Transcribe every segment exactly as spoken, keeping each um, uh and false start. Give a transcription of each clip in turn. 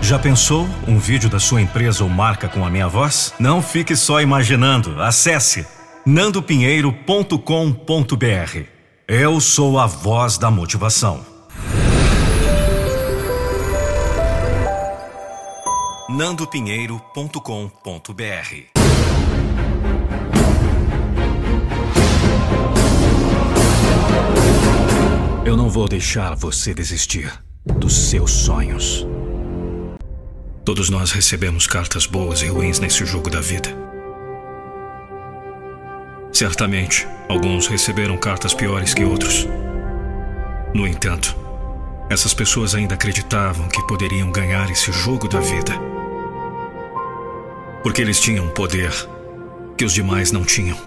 Já pensou um vídeo da sua empresa ou marca com a minha voz? Não fique só imaginando. Acesse nando pinheiro ponto com ponto br. Eu sou a voz da motivação. nando pinheiro ponto com ponto br. Eu não vou deixar você desistir dos seus sonhos. Todos nós recebemos cartas boas e ruins nesse jogo da vida. Certamente, alguns receberam cartas piores que outros. No entanto, essas pessoas ainda acreditavam que poderiam ganhar esse jogo da vida. Porque eles tinham um poder que os demais não tinham.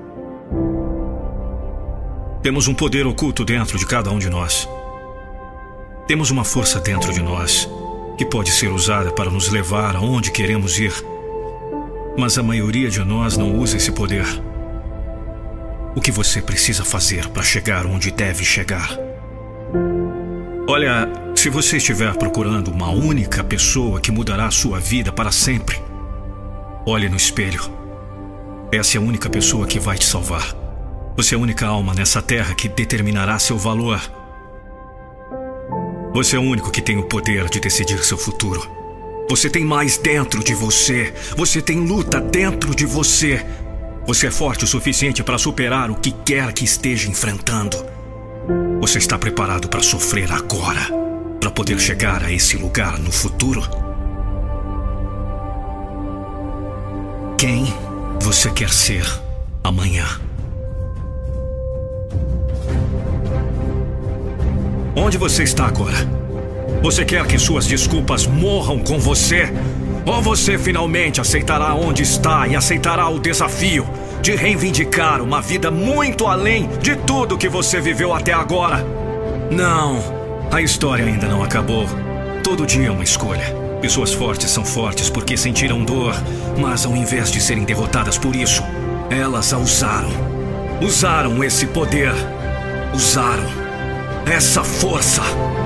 Temos um poder oculto dentro de cada um de nós. Temos uma força dentro de nós que pode ser usada para nos levar aonde queremos ir. Mas a maioria de nós não usa esse poder. O que você precisa fazer para chegar onde deve chegar? Olha, se você estiver procurando uma única pessoa que mudará a sua vida para sempre, olhe no espelho. Essa é a única pessoa que vai te salvar. Você é a única alma nessa terra que determinará seu valor. Você é o único que tem o poder de decidir seu futuro. Você tem mais dentro de você. Você tem luta dentro de você. Você é forte o suficiente para superar o que quer que esteja enfrentando. Você está preparado para sofrer agora, para poder chegar a esse lugar no futuro? Quem você quer ser amanhã? Onde você está agora? Você quer que suas desculpas morram com você? Ou você finalmente aceitará onde está e aceitará o desafio de reivindicar uma vida muito além de tudo que você viveu até agora? Não, a história ainda não acabou. Todo dia é uma escolha. Pessoas fortes são fortes porque sentiram dor, mas ao invés de serem derrotadas por isso, elas a usaram. Usaram esse poder. Usaram essa força.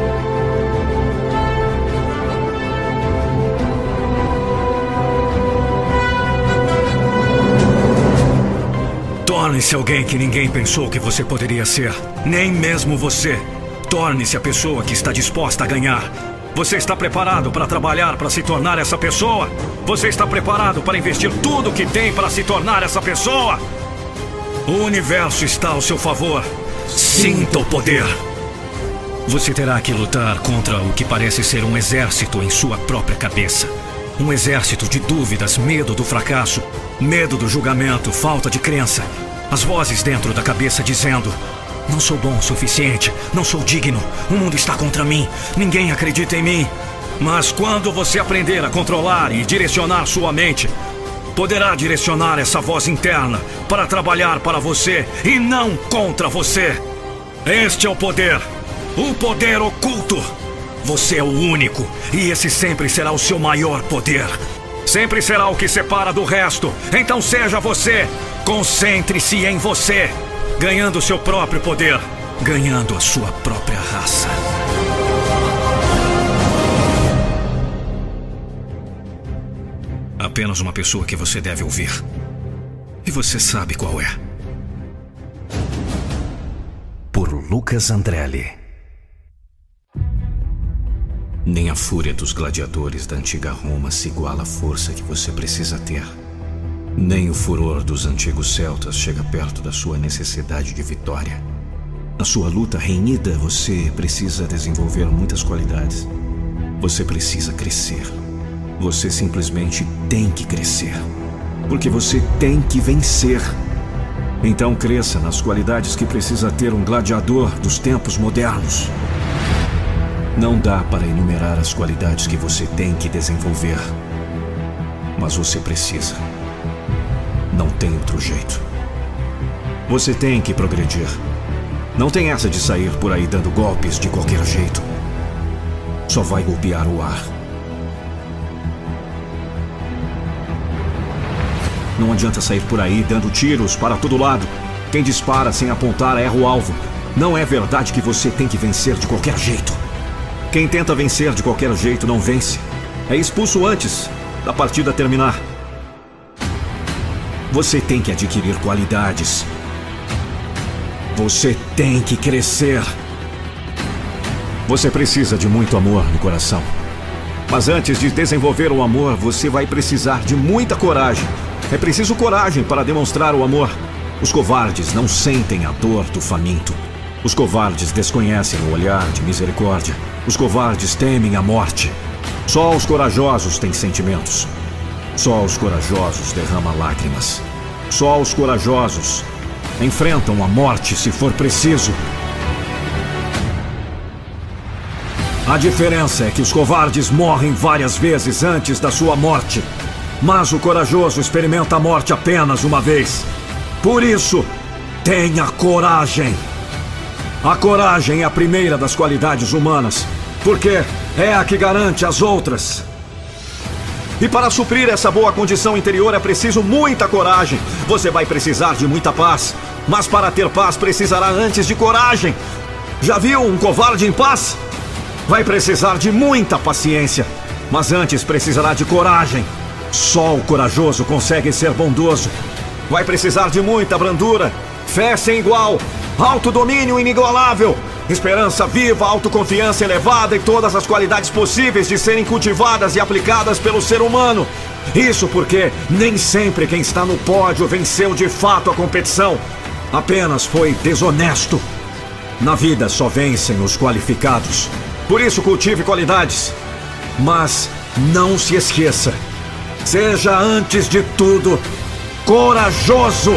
Torne-se alguém que ninguém pensou que você poderia ser. Nem mesmo você. Torne-se a pessoa que está disposta a ganhar. Você está preparado para trabalhar para se tornar essa pessoa? Você está preparado para investir tudo que tem para se tornar essa pessoa? O universo está ao seu favor. Sinta o poder. Você terá que lutar contra o que parece ser um exército em sua própria cabeça. Um exército de dúvidas, medo do fracasso, medo do julgamento, falta de crença. As vozes dentro da cabeça dizendo: não sou bom o suficiente, não sou digno, o mundo está contra mim, ninguém acredita em mim. Mas quando você aprender a controlar e direcionar sua mente, poderá direcionar essa voz interna para trabalhar para você e não contra você. Este é o poder. O poder oculto. Você é o único, e esse sempre será o seu maior poder. Sempre será o que separa do resto. Então seja você. Concentre-se em você, ganhando seu próprio poder, ganhando a sua própria raça. Apenas uma pessoa que você deve ouvir. E você sabe qual é. Por Lucas Andrelli. Nem a fúria dos gladiadores da antiga Roma se iguala à força que você precisa ter. Nem o furor dos antigos celtas chega perto da sua necessidade de vitória. Na sua luta renhida, você precisa desenvolver muitas qualidades. Você precisa crescer. Você simplesmente tem que crescer. Porque você tem que vencer. Então cresça nas qualidades que precisa ter um gladiador dos tempos modernos. Não dá para enumerar as qualidades que você tem que desenvolver. Mas você precisa. Não tem outro jeito. Você tem que progredir. Não tem essa de sair por aí dando golpes de qualquer jeito. Só vai golpear o ar. Não adianta sair por aí dando tiros para todo lado. Quem dispara sem apontar erra o alvo. Não é verdade que você tem que vencer de qualquer jeito. Quem tenta vencer de qualquer jeito não vence. é expulso antes da partida terminar. Você tem que adquirir qualidades. Você tem que crescer. Você precisa de muito amor no coração. Mas antes de desenvolver o amor, você vai precisar de muita coragem. É preciso coragem para demonstrar o amor. Os covardes não sentem a dor do faminto. Os covardes desconhecem o olhar de misericórdia. Os covardes temem a morte. Só os corajosos têm sentimentos. Só os corajosos derramam lágrimas. Só os corajosos enfrentam a morte se for preciso. A diferença é que os covardes morrem várias vezes antes da sua morte. Mas o corajoso experimenta a morte apenas uma vez. Por isso, tenha coragem. A coragem é a primeira das qualidades humanas, porque é a que garante as outras. E para suprir essa boa condição interior é preciso muita coragem. Você vai precisar de muita paz, mas para ter paz precisará antes de coragem. Já viu um covarde em paz? Vai precisar de muita paciência, mas antes precisará de coragem. Só o corajoso consegue ser bondoso. Vai precisar de muita brandura, fé sem igual, autodomínio inigualável, esperança viva, autoconfiança elevada e todas as qualidades possíveis de serem cultivadas e aplicadas pelo ser humano. Isso porque nem sempre quem está no pódio venceu de fato a competição. Apenas foi desonesto. Na vida só vencem os qualificados. Por isso cultive qualidades. Mas não se esqueça. Seja antes de tudo corajoso.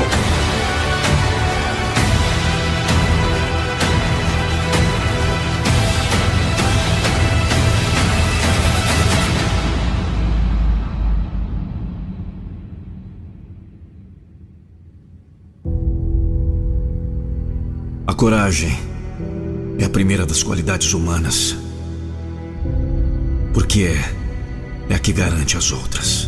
A coragem é a primeira das qualidades humanas, porque é a que garante as outras.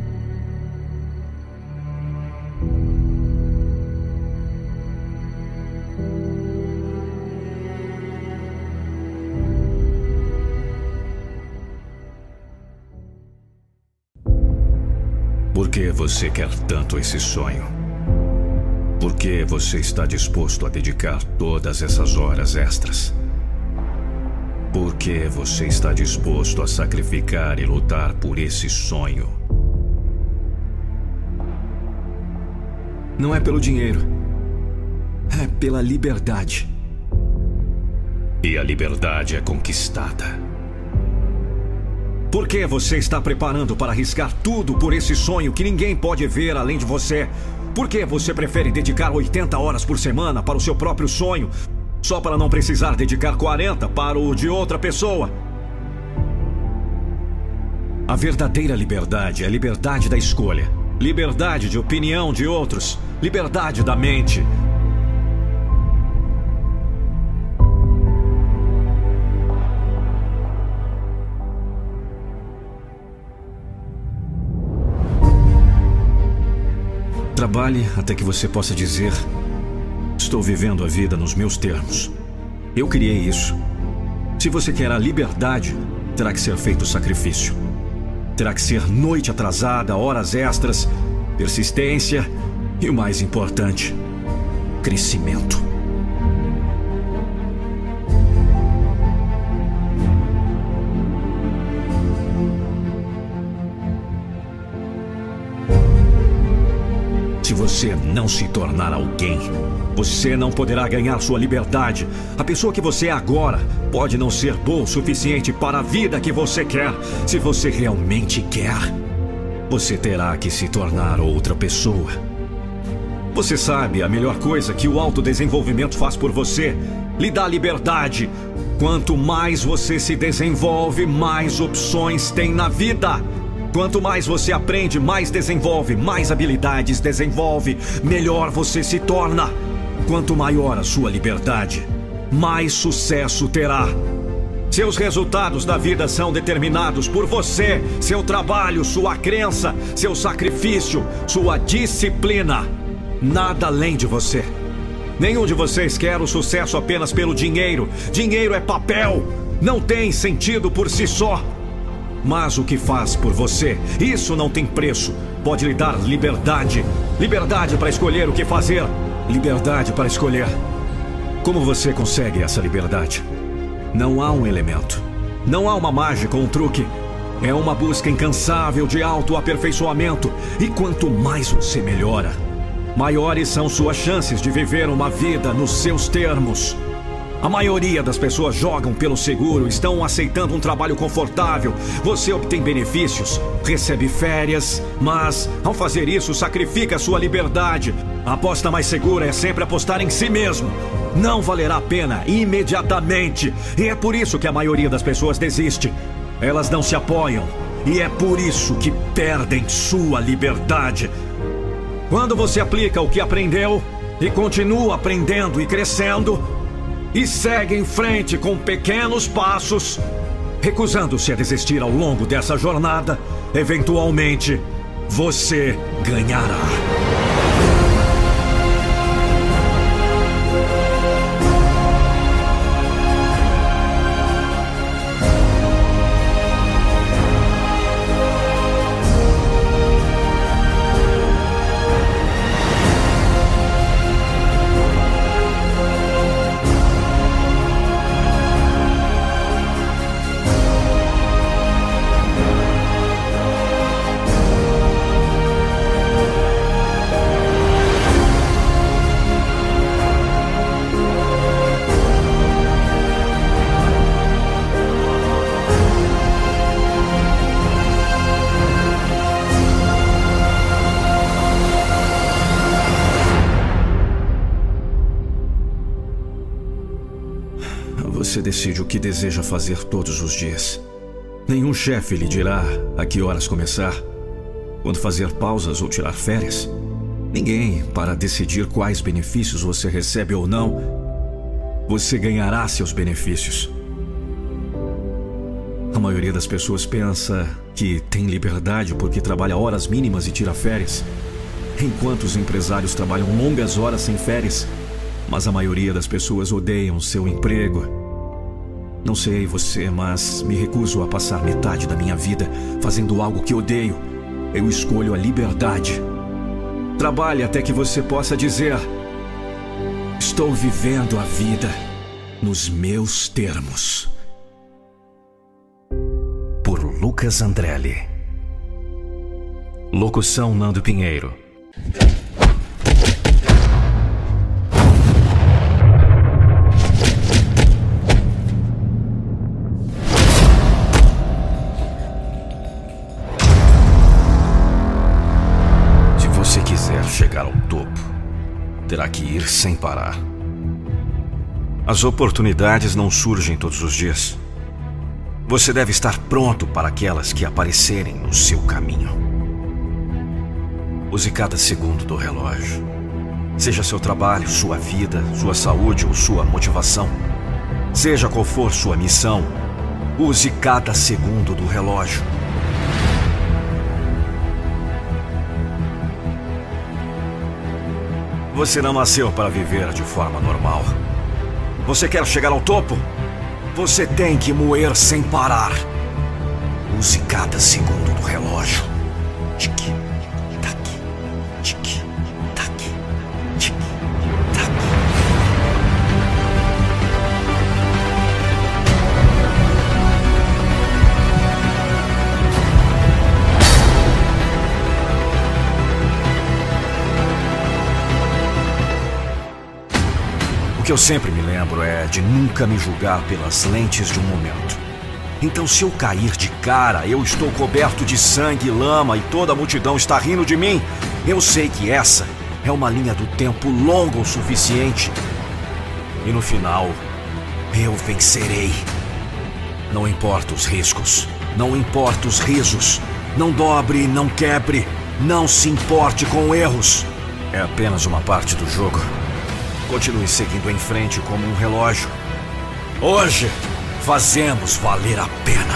Por que você quer tanto esse sonho? Por que você está disposto a dedicar todas essas horas extras? Por que você está disposto a sacrificar e lutar por esse sonho? Não é pelo dinheiro. É pela liberdade. E a liberdade é conquistada. Por que você está preparando para arriscar tudo por esse sonho que ninguém pode ver além de você? Por que você prefere dedicar oitenta horas por semana para o seu próprio sonho, só para não precisar dedicar quarenta para o de outra pessoa? A verdadeira liberdade é a liberdade da escolha, liberdade de opinião de outros, liberdade da mente. Trabalhe até que você possa dizer: estou vivendo a vida nos meus termos. Eu criei isso. Se você quer a liberdade, terá que ser feito sacrifício. Terá que ser noite atrasada, horas extras, persistência e o mais importante, crescimento. Se você não se tornar alguém, você não poderá ganhar sua liberdade. A pessoa que você é agora pode não ser boa o suficiente para a vida que você quer. Se você realmente quer, você terá que se tornar outra pessoa. Você sabe, a melhor coisa que o autodesenvolvimento faz por você, lhe dá liberdade. Quanto mais você se desenvolve, mais opções tem na vida. Quanto mais você aprende, mais desenvolve, mais habilidades desenvolve, melhor você se torna. Quanto maior a sua liberdade, mais sucesso terá. Seus resultados da vida são determinados por você, seu trabalho, sua crença, seu sacrifício, sua disciplina. Nada além de você. Nenhum de vocês quer o sucesso apenas pelo dinheiro. Dinheiro é papel, não tem sentido por si só. Mas o que faz por você, isso não tem preço. Pode lhe dar liberdade. Liberdade para escolher o que fazer. Liberdade para escolher. Como você consegue essa liberdade? Não há um elemento. Não há uma mágica ou um truque. É uma busca incansável de autoaperfeiçoamento. E quanto mais você melhora, maiores são suas chances de viver uma vida nos seus termos. A maioria das pessoas jogam pelo seguro, estão aceitando um trabalho confortável. Você obtém benefícios, recebe férias, mas ao fazer isso sacrifica sua liberdade. A aposta mais segura é sempre apostar em si mesmo. Não valerá a pena imediatamente. E é por isso que a maioria das pessoas desiste. Elas não se apoiam. E é por isso que perdem sua liberdade. Quando você aplica o que aprendeu e continua aprendendo e crescendo, e segue em frente com pequenos passos, recusando-se a desistir ao longo dessa jornada, eventualmente você ganhará. Você decide o que deseja fazer todos os dias. Nenhum chefe lhe dirá a que horas começar, quando fazer pausas ou tirar férias. Ninguém para decidir quais benefícios você recebe ou não. Você ganhará seus benefícios. A maioria das pessoas pensa que tem liberdade porque trabalha horas mínimas e tira férias, enquanto os empresários trabalham longas horas sem férias. Mas a maioria das pessoas odeiam seu emprego. Não sei você, mas me recuso a passar metade da minha vida fazendo algo que odeio. Eu escolho a liberdade. Trabalhe até que você possa dizer: estou vivendo a vida nos meus termos. Por Lucas Andrelli. Locução Nando Pinheiro. Chegar ao topo, terá que ir sem parar. As oportunidades não surgem todos os dias. Você deve estar pronto para aquelas que aparecerem no seu caminho. Use cada segundo do relógio. Seja seu trabalho, sua vida, sua saúde ou sua motivação. Seja qual for sua missão, use cada segundo do relógio. Você não nasceu para viver de forma normal. Você quer chegar ao topo? Você tem que moer sem parar. Use cada segundo do relógio. Tique, taque, tique, taque, tique, taque. O que eu sempre me lembro é de nunca me julgar pelas lentes de um momento. Então, se eu cair de cara, eu estou coberto de sangue e lama e toda a multidão está rindo de mim, eu sei que essa é uma linha do tempo longa o suficiente. E no final, eu vencerei. Não importa os riscos, não importa os risos, não dobre, não quebre, não se importe com erros. É apenas uma parte do jogo. Continue seguindo em frente como um relógio. Hoje, fazemos valer a pena.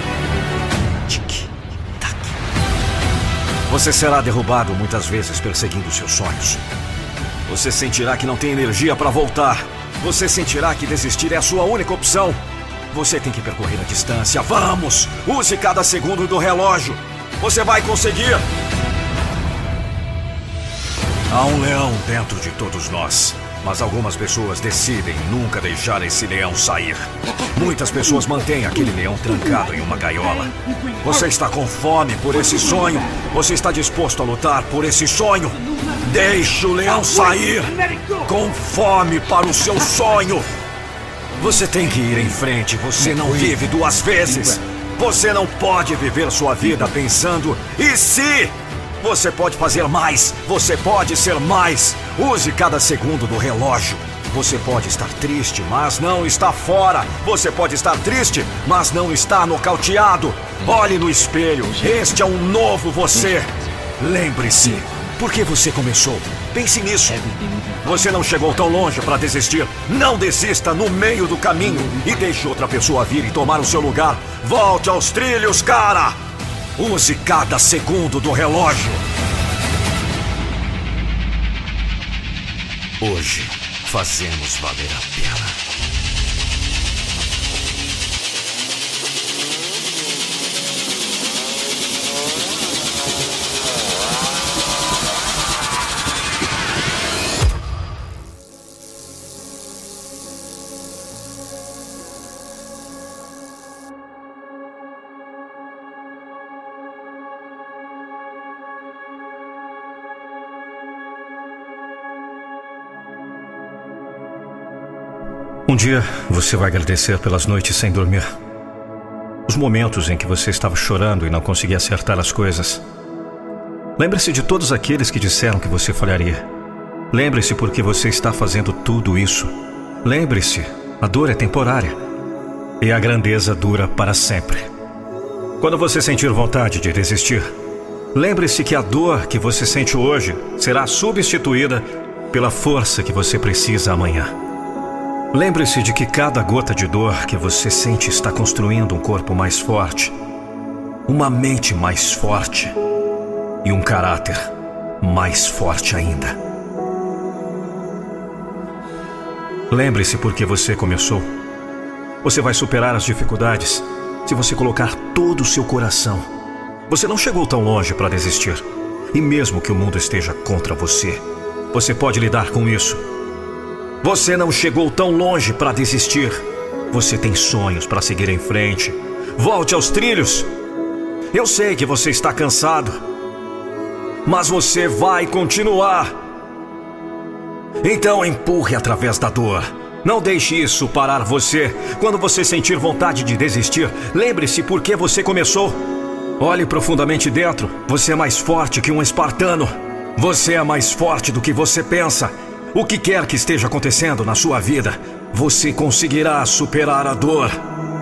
Tic-tac. Você será derrubado muitas vezes perseguindo seus sonhos. Você sentirá que não tem energia para voltar. Você sentirá que desistir é a sua única opção. Você tem que percorrer a distância. Vamos! Use cada segundo do relógio. Você vai conseguir! Há um leão dentro de todos nós. Mas algumas pessoas decidem nunca deixar esse leão sair. Muitas pessoas mantêm aquele leão trancado em uma gaiola. Você está com fome por esse sonho? Você está disposto a lutar por esse sonho? Deixe o leão sair! Com fome para o seu sonho! Você tem que ir em frente. Você não vive duas vezes. Você não pode viver sua vida pensando: e se? Você pode fazer mais. Você pode ser mais. Use cada segundo do relógio. Você pode estar triste, mas não está fora. Você pode estar triste, mas não está nocauteado. Olhe no espelho. Este é um novo você. Lembre-se, por que você começou? Pense nisso. Você não chegou tão longe para desistir. Não desista no meio do caminho e deixe outra pessoa vir e tomar o seu lugar. Volte aos trilhos, cara! Use cada segundo do relógio. Hoje fazemos valer a pena. Um dia você vai agradecer pelas noites sem dormir. Os momentos em que você estava chorando e não conseguia acertar as coisas. Lembre-se de todos aqueles que disseram que você falharia. Lembre-se por que você está fazendo tudo isso. Lembre-se, a dor é temporária e a grandeza dura para sempre. Quando você sentir vontade de desistir, lembre-se que a dor que você sente hoje será substituída pela força que você precisa amanhã. Lembre-se de que cada gota de dor que você sente está construindo um corpo mais forte, uma mente mais forte e um caráter mais forte ainda. Lembre-se por que você começou. Você vai superar as dificuldades se você colocar todo o seu coração. Você não chegou tão longe para desistir. E mesmo que o mundo esteja contra você, você pode lidar com isso. Você não chegou tão longe para desistir. Você tem sonhos para seguir em frente. Volte aos trilhos. Eu sei que você está cansado, mas você vai continuar. Então empurre através da dor. Não deixe isso parar você. Quando você sentir vontade de desistir, lembre-se por que você começou. Olhe profundamente dentro. Você é mais forte que um espartano. Você é mais forte do que você pensa. O que quer que esteja acontecendo na sua vida, você conseguirá superar a dor.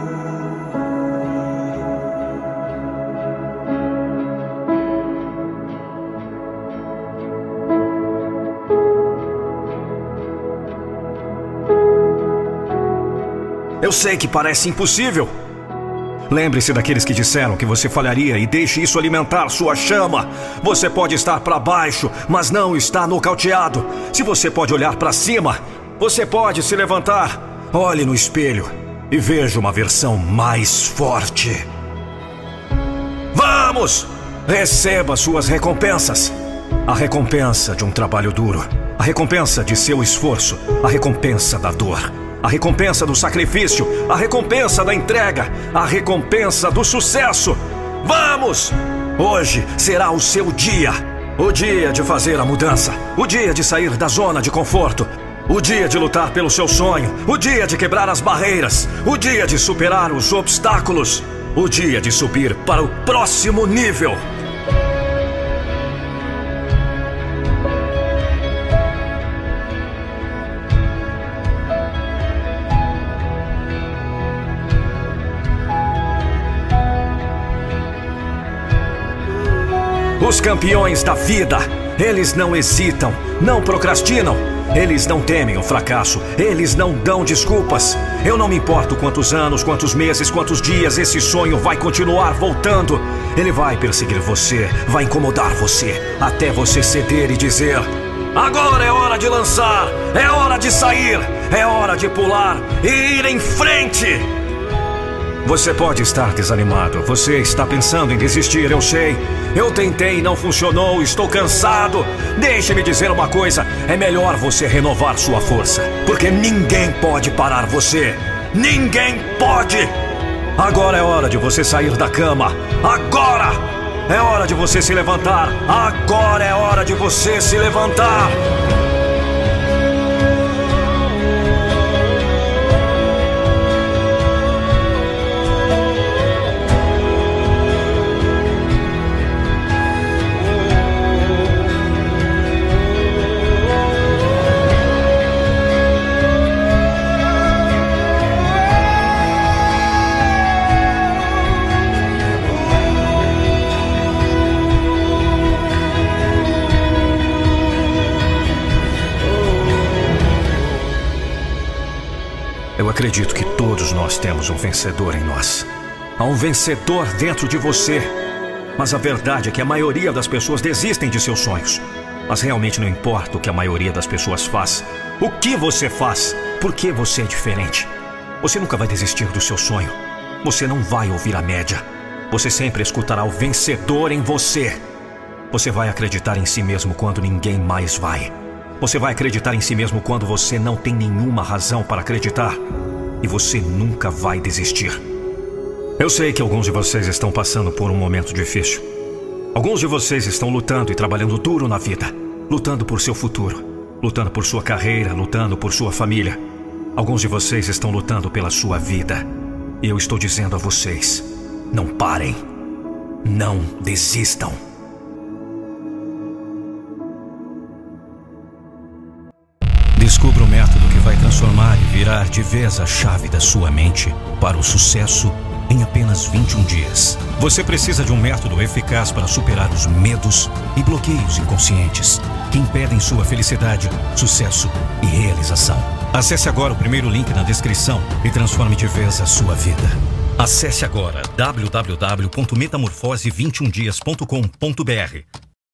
Eu sei que parece impossível. Lembre-se daqueles que disseram que você falharia e deixe isso alimentar sua chama. Você pode estar para baixo, mas não está nocauteado. Se você pode olhar para cima, você pode se levantar. Olhe no espelho e veja uma versão mais forte. Vamos! Receba suas recompensas. A recompensa de um trabalho duro. A recompensa de seu esforço. A recompensa da dor. A recompensa do sacrifício, a recompensa da entrega, a recompensa do sucesso. Vamos! Hoje será o seu dia. O dia de fazer a mudança. O dia de sair da zona de conforto. O dia de lutar pelo seu sonho. O dia de quebrar as barreiras. O dia de superar os obstáculos. O dia de subir para o próximo nível. Os campeões da vida, eles não hesitam, não procrastinam, eles não temem o fracasso, eles não dão desculpas. Eu não me importo quantos anos, quantos meses, quantos dias esse sonho vai continuar voltando. Ele vai perseguir você, vai incomodar você, até você ceder e dizer: agora é hora de lançar, é hora de sair, é hora de pular e ir em frente. Você pode estar desanimado, você está pensando em desistir, eu sei. Eu tentei, não funcionou, estou cansado. Deixe-me dizer uma coisa, é melhor você renovar sua força, porque ninguém pode parar você. Ninguém pode! Agora é hora de você sair da cama. Agora! É hora de você se levantar. Agora é hora de você se levantar. Eu acredito que todos nós temos um vencedor em nós. Há um vencedor dentro de você. Mas a verdade é que a maioria das pessoas desistem de seus sonhos. Mas realmente não importa o que a maioria das pessoas faz. O que você faz? Por que você é diferente? Você nunca vai desistir do seu sonho. Você não vai ouvir a média. Você sempre escutará o vencedor em você. Você vai acreditar em si mesmo quando ninguém mais vai. Você vai acreditar em si mesmo quando você não tem nenhuma razão para acreditar. E você nunca vai desistir. Eu sei que alguns de vocês estão passando por um momento difícil. Alguns de vocês estão lutando e trabalhando duro na vida. Lutando por seu futuro. Lutando por sua carreira, lutando por sua família. Alguns de vocês estão lutando pela sua vida. E eu estou dizendo a vocês, não parem. Não desistam. Descubra o método que vai transformar e virar de vez a chave da sua mente para o sucesso em apenas vinte e um dias. Você precisa de um método eficaz para superar os medos e bloqueios inconscientes que impedem sua felicidade, sucesso e realização. Acesse agora o primeiro link na descrição e transforme de vez a sua vida. Acesse agora w w w ponto metamorfose vinte e um dias ponto com ponto b r.